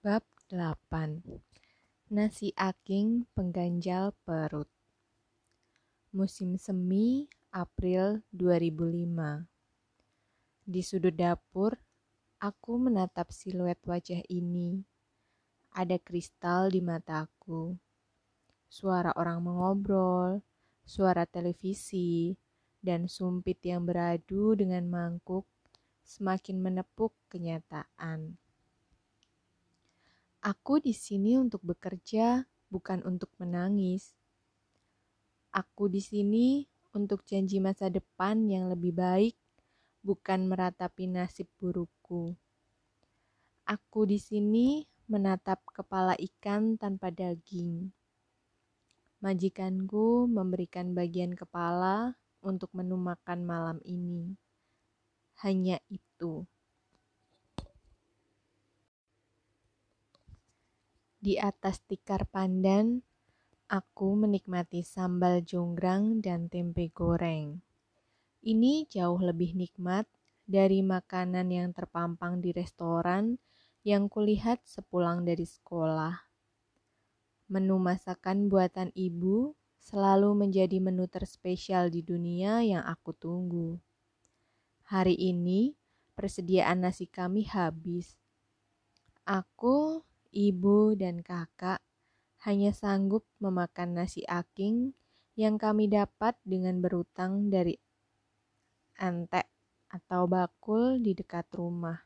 Bab 8. Nasi aking pengganjal perut. Musim semi, April 2005. Di sudut dapur, aku menatap siluet wajah ini. Ada kristal di mataku. Suara orang mengobrol, suara televisi, dan sumpit yang beradu dengan mangkuk semakin menepuk kenyataan. Aku di sini untuk bekerja, bukan untuk menangis. Aku di sini untuk janji masa depan yang lebih baik, bukan meratapi nasib burukku. Aku di sini menatap kepala ikan tanpa daging. Majikanku memberikan bagian kepala untuk menu makan malam ini. Hanya itu. Di atas tikar pandan, aku menikmati sambal jonggrang dan tempe goreng. Ini jauh lebih nikmat dari makanan yang terpampang di restoran yang kulihat sepulang dari sekolah. Menu masakan buatan ibu selalu menjadi menu terspesial di dunia yang aku tunggu. Hari ini, persediaan nasi kami habis. Aku, ibu, dan kakak hanya sanggup memakan nasi aking yang kami dapat dengan berutang dari entek atau bakul di dekat rumah.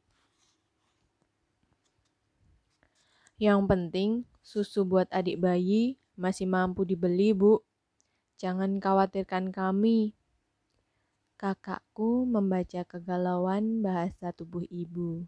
Yang penting, susu buat adik bayi masih mampu dibeli, Bu. Jangan khawatirkan kami. Kakakku membaca kegalauan bahasa tubuh ibu.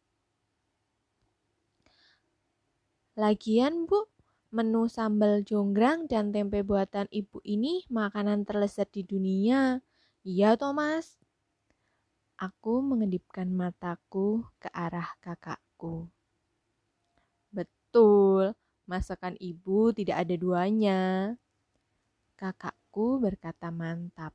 Lagian, Bu, menu sambal jonggrang dan tempe buatan ibu ini makanan terlezat di dunia. Iya, Thomas. Aku mengedipkan mataku ke arah kakakku. Betul, masakan ibu tidak ada duanya. Kakakku berkata mantap.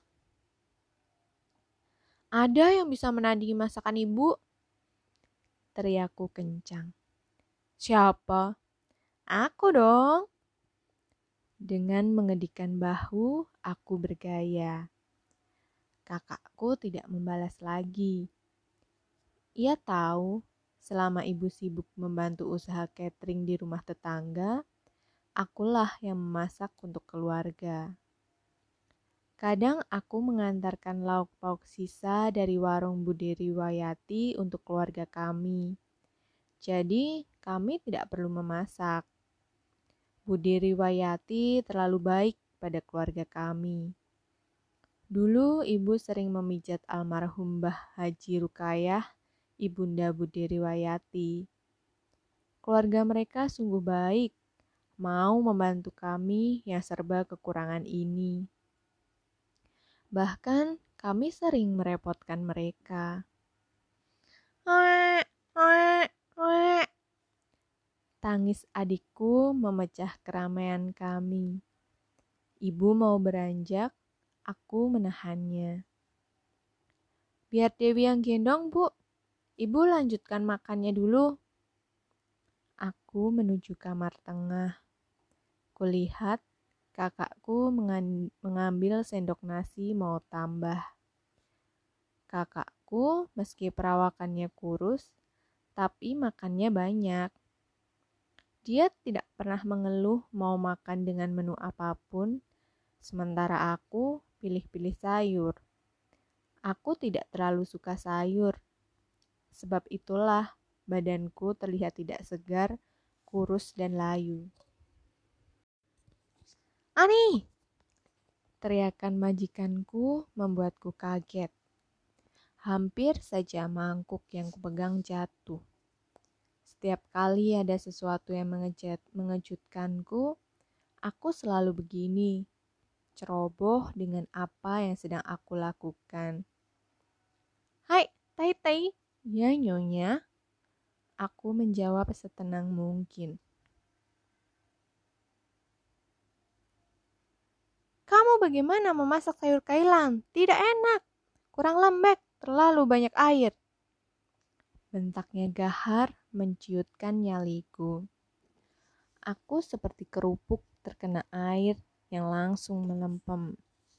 Ada yang bisa menandingi masakan ibu? Teriakku kencang. Siapa? Aku dong. Dengan mengedikkan bahu, aku bergaya. Kakakku tidak membalas lagi. Ia tahu, selama ibu sibuk membantu usaha catering di rumah tetangga, akulah yang memasak untuk keluarga. Kadang aku mengantarkan lauk pauk sisa dari warung Bude Riwayati untuk keluarga kami. Jadi, kami tidak perlu memasak. Bude Riwayati terlalu baik pada keluarga kami. Dulu ibu sering memijat almarhum Mbah Haji Rukayah, ibunda Bude Riwayati. Keluarga mereka sungguh baik, mau membantu kami yang serba kekurangan ini. Bahkan kami sering merepotkan mereka. Tangis adikku memecah keramaian kami. Ibu mau beranjak, aku menahannya. Biar Dewi yang gendong, Bu. Ibu lanjutkan makannya dulu. Aku menuju kamar tengah. Kulihat kakakku mengambil sendok nasi mau tambah. Kakakku meski perawakannya kurus, tapi makannya banyak. Dia tidak pernah mengeluh mau makan dengan menu apapun, sementara aku pilih-pilih sayur. Aku tidak terlalu suka sayur. Sebab itulah badanku terlihat tidak segar, kurus dan layu. Ani! Teriakan majikanku membuatku kaget. Hampir saja mangkuk yang kupegang jatuh. Setiap kali ada sesuatu yang mengejutkanku, aku selalu begini, ceroboh dengan apa yang sedang aku lakukan. Hai, Tai. Ya, Nyonya. Aku menjawab setenang mungkin. Kamu bagaimana memasak sayur kailan? Tidak enak, kurang lembek, terlalu banyak air. Bentaknya gahar menciutkan nyaliku. Aku seperti kerupuk terkena air yang langsung melempem.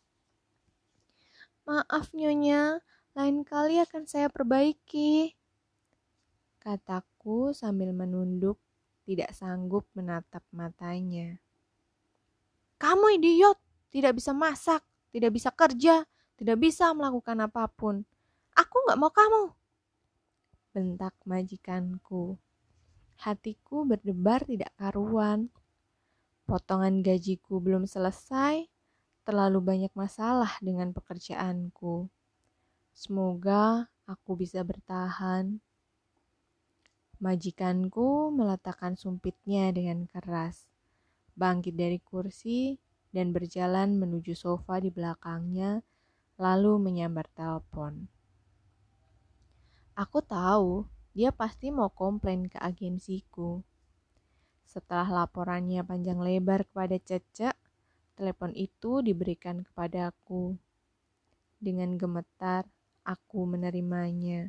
Maaf Nyonya, lain kali akan saya perbaiki, kataku sambil menunduk, tidak sanggup menatap matanya. Kamu idiot, tidak bisa masak, tidak bisa kerja, tidak bisa melakukan apapun. Aku gak mau kamu, bentak majikanku. Hatiku berdebar tidak karuan. Potongan gajiku belum selesai, terlalu banyak masalah dengan pekerjaanku. Semoga aku bisa bertahan. Majikanku meletakkan sumpitnya dengan keras, bangkit dari kursi dan berjalan menuju sofa di belakangnya, lalu menyambar telepon. Aku tahu dia pasti mau komplain ke agensiku. Setelah laporannya panjang lebar kepada Cece, telepon itu diberikan kepadaku. Dengan gemetar, aku menerimanya.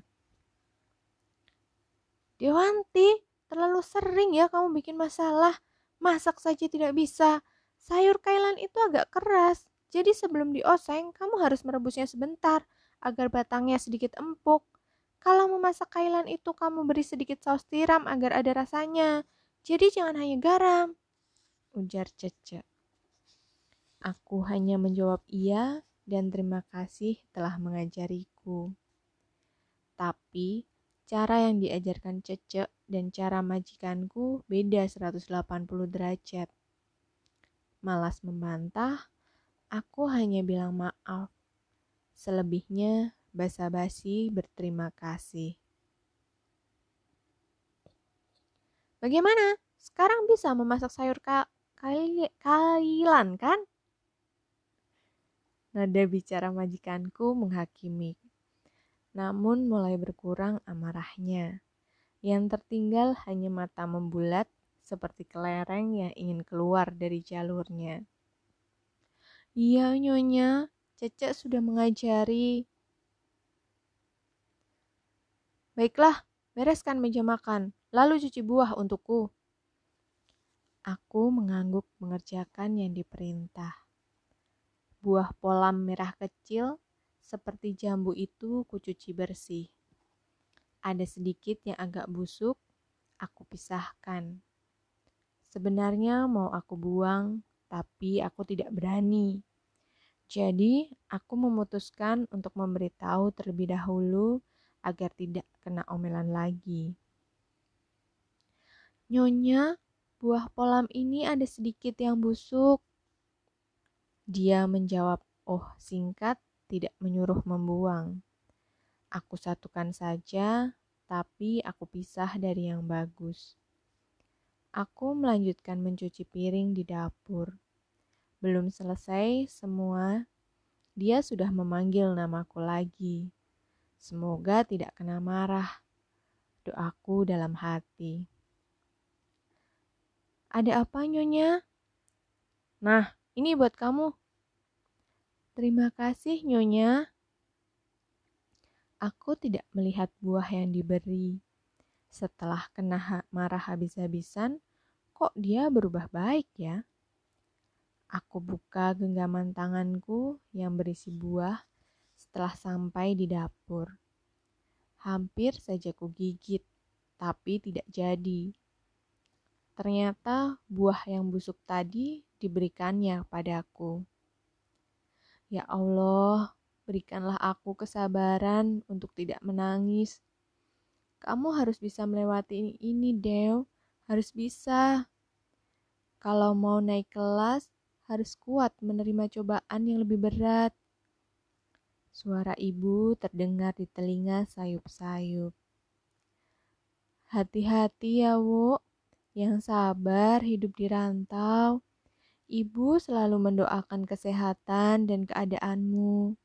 Dewanti, terlalu sering ya kamu bikin masalah. Masak saja tidak bisa. Sayur kailan itu agak keras. Jadi sebelum dioseng, kamu harus merebusnya sebentar agar batangnya sedikit empuk. Kalau memasak kailan itu kamu beri sedikit saus tiram agar ada rasanya. Jadi jangan hanya garam, ujar Cece. Aku hanya menjawab iya dan terima kasih telah mengajariku. Tapi cara yang diajarkan Cece dan cara majikanku beda 180 derajat. Malas membantah, aku hanya bilang maaf. Selebihnya basa-basi berterima kasih. Bagaimana? Sekarang bisa memasak sayur kailan kan? Nada bicara majikanku menghakimi. Namun mulai berkurang amarahnya. Yang tertinggal hanya mata membulat seperti kelereng yang ingin keluar dari jalurnya. Iya Nyonya, Cece sudah mengajari. Baiklah, bereskan meja makan, lalu cuci buah untukku. Aku mengangguk mengerjakan yang diperintah. Buah polam merah kecil seperti jambu itu kucuci bersih. Ada sedikit yang agak busuk, aku pisahkan. Sebenarnya mau aku buang, tapi aku tidak berani. Jadi, aku memutuskan untuk memberitahu terlebih dahulu agar tidak kena omelan lagi. Nyonya, buah polam ini ada sedikit yang busuk. Dia menjawab, oh singkat, tidak menyuruh membuang. Aku satukan saja, tapi aku pisah dari yang bagus. Aku melanjutkan mencuci piring di dapur. Belum selesai semua, dia sudah memanggil namaku lagi. Semoga tidak kena marah. Doaku dalam hati. Ada apa Nyonya? Nah, ini buat kamu. Terima kasih Nyonya. Aku tidak melihat buah yang diberi. Setelah kena marah habis-habisan, kok dia berubah baik ya? Aku buka genggaman tanganku yang berisi buah setelah sampai di dapur. Hampir saja kugigit, tapi tidak jadi. Ternyata buah yang busuk tadi diberikannya padaku. Ya Allah, berikanlah aku kesabaran untuk tidak menangis. Kamu harus bisa melewati ini, Dew. Harus bisa. Kalau mau naik kelas, harus kuat menerima cobaan yang lebih berat. Suara ibu terdengar di telinga sayup-sayup. Hati-hati ya, Wu. Yang sabar hidup di rantau. Ibu selalu mendoakan kesehatan dan keadaanmu.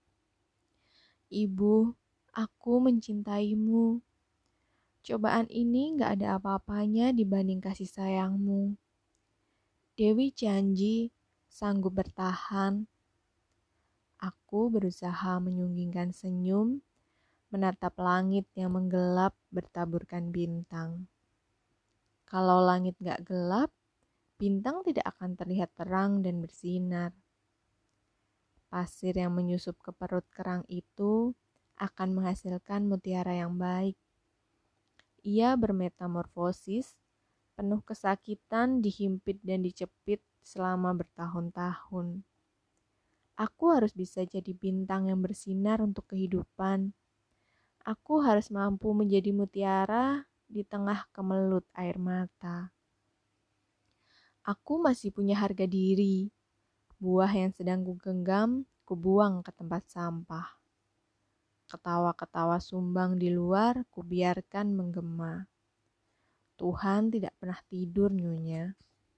Ibu, aku mencintaimu. Cobaan ini gak ada apa-apanya dibanding kasih sayangmu. Dewi janji sanggup bertahan. Aku berusaha menyunggingkan senyum, menatap langit yang menggelap bertaburkan bintang. Kalau langit gak gelap, bintang tidak akan terlihat terang dan bersinar. Pasir yang menyusup ke perut kerang itu akan menghasilkan mutiara yang baik. Ia bermetamorfosis, penuh kesakitan, dihimpit dan dicepit selama bertahun-tahun. Aku harus bisa jadi bintang yang bersinar untuk kehidupan. Aku harus mampu menjadi mutiara di tengah kemelut air mata. Aku masih punya harga diri. Buah yang sedang kugenggam, kubuang ke tempat sampah. Ketawa-ketawa sumbang di luar, kubiarkan menggema. Tuhan tidak pernah tidur, Nyonya.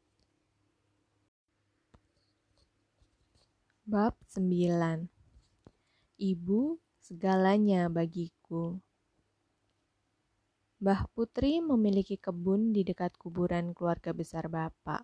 Bab 9. Ibu segalanya bagiku. Mbah Putri memiliki kebun di dekat kuburan keluarga besar Bapak.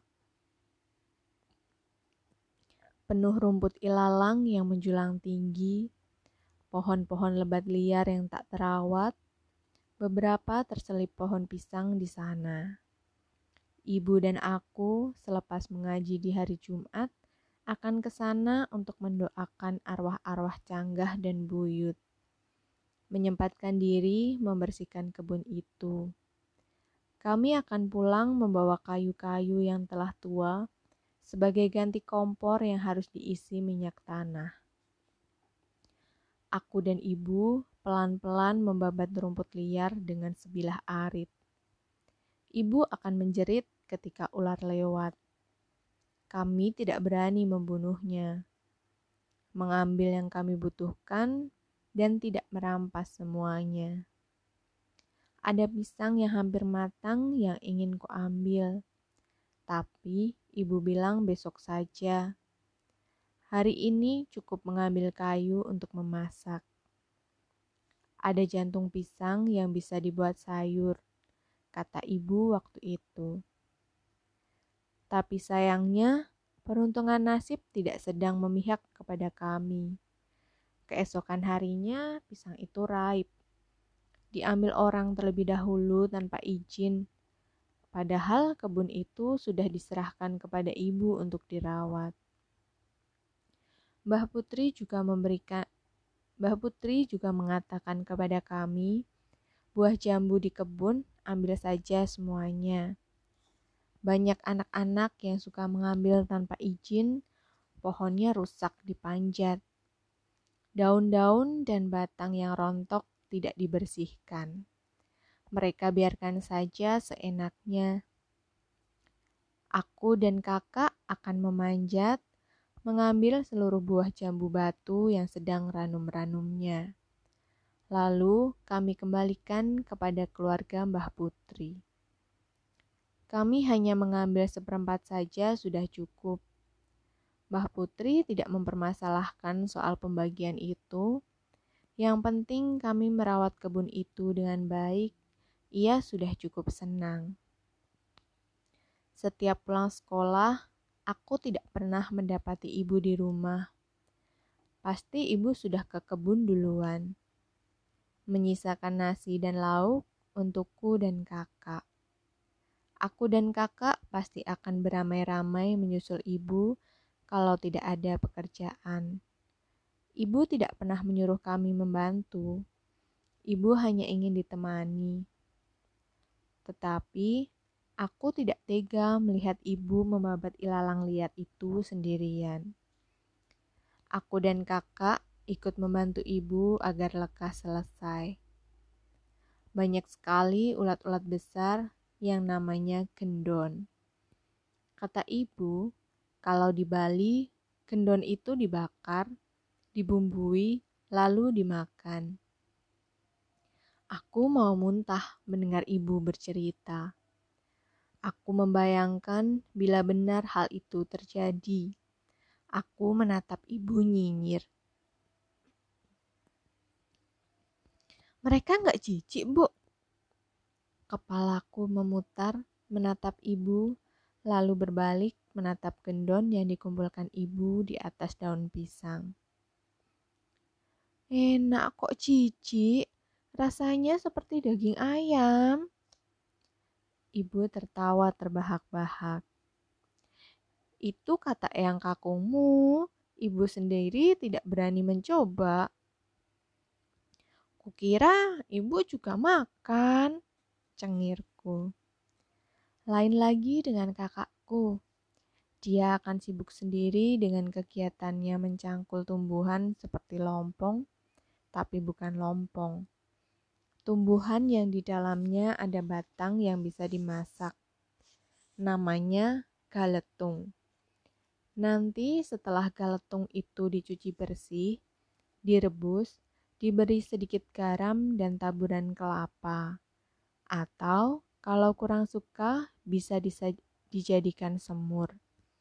Penuh rumput ilalang yang menjulang tinggi, pohon-pohon lebat liar yang tak terawat, beberapa terselip pohon pisang di sana. Ibu dan aku selepas mengaji di hari Jumat akan ke sana untuk mendoakan arwah-arwah Canggah dan Buyut. Menyempatkan diri membersihkan kebun itu. Kami akan pulang membawa kayu-kayu yang telah tua sebagai ganti kompor yang harus diisi minyak tanah. Aku dan ibu pelan-pelan membabat rumput liar dengan sebilah arit. Ibu akan menjerit ketika ular lewat. Kami tidak berani membunuhnya, mengambil yang kami butuhkan, dan tidak merampas semuanya. Ada pisang yang hampir matang yang ingin kuambil, tapi ibu bilang besok saja. Hari ini cukup mengambil kayu untuk memasak. Ada jantung pisang yang bisa dibuat sayur, kata ibu waktu itu. Tapi sayangnya, peruntungan nasib tidak sedang memihak kepada kami. Keesokan harinya, pisang itu raib. Diambil orang terlebih dahulu tanpa izin, padahal kebun itu sudah diserahkan kepada ibu untuk dirawat. Mbah Putri juga mengatakan kepada kami, buah jambu di kebun ambil saja semuanya. Banyak anak-anak yang suka mengambil tanpa izin, pohonnya rusak dipanjat. Daun-daun dan batang yang rontok tidak dibersihkan. Mereka biarkan saja seenaknya. Aku dan kakak akan memanjat, mengambil seluruh buah jambu batu yang sedang ranum-ranumnya. Lalu kami kembalikan kepada keluarga Mbah Putri. Kami hanya mengambil seperempat saja sudah cukup. Mbah Putri tidak mempermasalahkan soal pembagian itu. Yang penting kami merawat kebun itu dengan baik. Ia sudah cukup senang. Setiap pulang sekolah, aku tidak pernah mendapati ibu di rumah. Pasti ibu sudah ke kebun duluan, menyisakan nasi dan lauk untukku dan kakak. Aku dan kakak pasti akan beramai-ramai menyusul ibu kalau tidak ada pekerjaan. Ibu tidak pernah menyuruh kami membantu. Ibu hanya ingin ditemani. Tetapi aku tidak tega melihat ibu membabat ilalang liar itu sendirian. Aku dan kakak ikut membantu ibu agar lekas selesai. Banyak sekali ulat-ulat besar yang namanya gendon. Kata ibu, kalau di Bali, gendon itu dibakar, dibumbui, lalu dimakan. Aku mau muntah mendengar ibu bercerita. Aku membayangkan bila benar hal itu terjadi. Aku menatap ibu nyinyir. Mereka nggak jijik, Bu? Kepalaku memutar menatap ibu, lalu berbalik menatap gendon yang dikumpulkan ibu di atas daun pisang. Enak kok jijik, Rasanya seperti daging ayam. Ibu tertawa terbahak-bahak. Itu kata eyang kakungmu, ibu sendiri tidak berani mencoba. Kukira ibu juga makan, cengirku. Lain lagi dengan kakakku. Dia akan sibuk sendiri dengan kegiatannya mencangkul tumbuhan seperti lompong, tapi bukan lompong. Tumbuhan yang di dalamnya ada batang yang bisa dimasak. Namanya galetung. Nanti setelah galetung itu dicuci bersih, direbus, diberi sedikit garam dan taburan kelapa. Atau kalau kurang suka bisa dijadikan semur.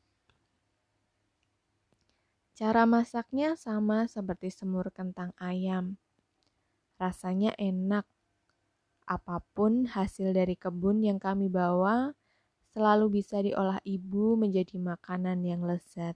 Cara masaknya sama seperti semur kentang ayam. Rasanya enak. Apapun hasil dari kebun yang kami bawa, selalu bisa diolah ibu menjadi makanan yang lezat.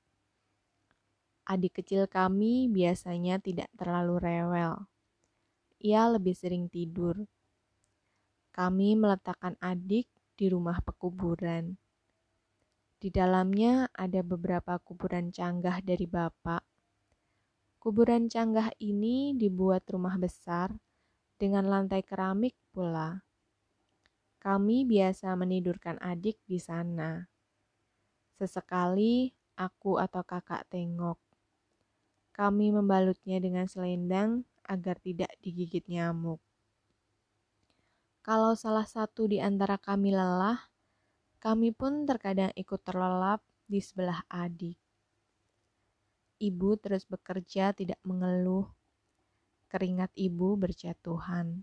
Adik kecil kami biasanya tidak terlalu rewel. Ia lebih sering tidur. Kami meletakkan adik di rumah pekuburan. Di dalamnya ada beberapa kuburan canggah dari bapak. Kuburan canggah ini dibuat rumah besar dengan lantai keramik pula. Kami biasa menidurkan adik di sana. Sesekali aku atau kakak tengok. Kami membalutnya dengan selendang agar tidak digigit nyamuk. Kalau salah satu di antara kami lelah, kami pun terkadang ikut terlelap di sebelah adik. Ibu terus bekerja tidak mengeluh. Keringat ibu berjatuhan.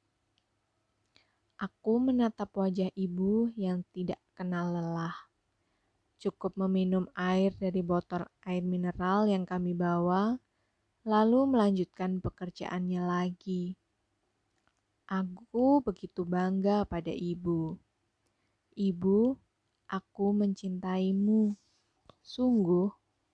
Aku menatap wajah ibu yang tidak kenal lelah. Cukup meminum air dari botol air mineral yang kami bawa, lalu melanjutkan pekerjaannya lagi. Aku begitu bangga pada ibu. Ibu, aku mencintaimu. Sungguh.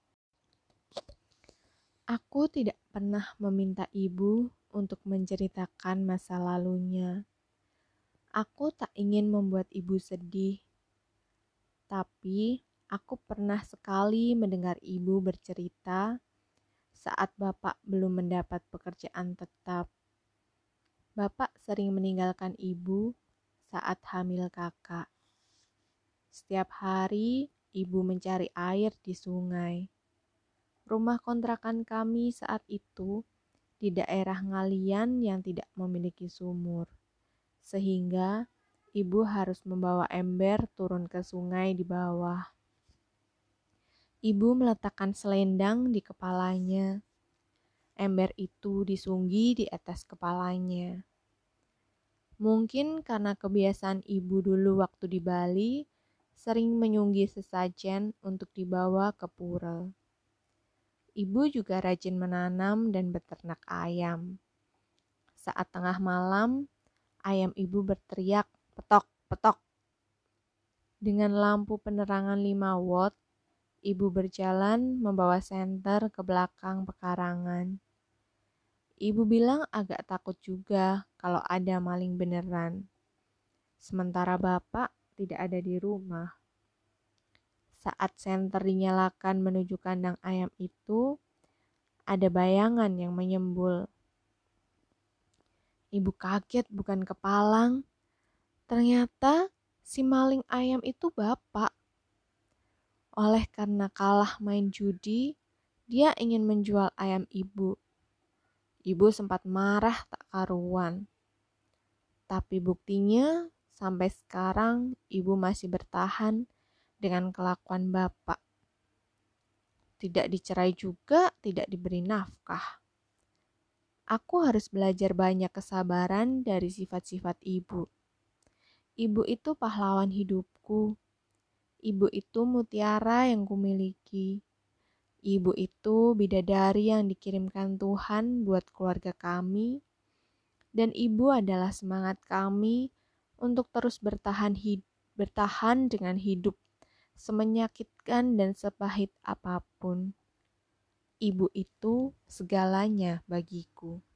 Aku tidak pernah meminta ibu untuk menceritakan masa lalunya. Aku tak ingin membuat ibu sedih. Tapi aku pernah sekali mendengar ibu bercerita saat bapak belum mendapat pekerjaan tetap. Bapak sering meninggalkan ibu saat hamil kakak. Setiap hari ibu mencari air di sungai. Rumah kontrakan kami saat itu di daerah ngalian yang tidak memiliki sumur. Sehingga ibu harus membawa ember turun ke sungai di bawah. Ibu meletakkan selendang di kepalanya. Ember itu disunggi di atas kepalanya. Mungkin karena kebiasaan ibu dulu waktu di Bali, sering menyunggi sesajen untuk dibawa ke pura. Ibu juga rajin menanam dan beternak ayam. Saat tengah malam, ayam ibu berteriak, petok, petok. Dengan lampu penerangan 5 watt, ibu berjalan membawa senter ke belakang pekarangan. Ibu bilang agak takut juga kalau ada maling beneran. Sementara bapak tidak ada di rumah. Saat senter dinyalakan menuju kandang ayam itu, ada bayangan yang menyembul. Ibu kaget bukan kepalang. Ternyata si maling ayam itu bapak. Oleh karena kalah main judi, dia ingin menjual ayam ibu. Ibu sempat marah tak karuan. Tapi buktinya sampai sekarang ibu masih bertahan dengan kelakuan bapak. Tidak dicerai juga, tidak diberi nafkah. Aku harus belajar banyak kesabaran dari sifat-sifat ibu. Ibu itu pahlawan hidupku. Ibu itu mutiara yang kumiliki. Ibu itu bidadari yang dikirimkan Tuhan buat keluarga kami. Dan ibu adalah semangat kami untuk terus bertahan dengan hidup semenyakitkan dan sepahit apapun. Ibu itu segalanya bagiku.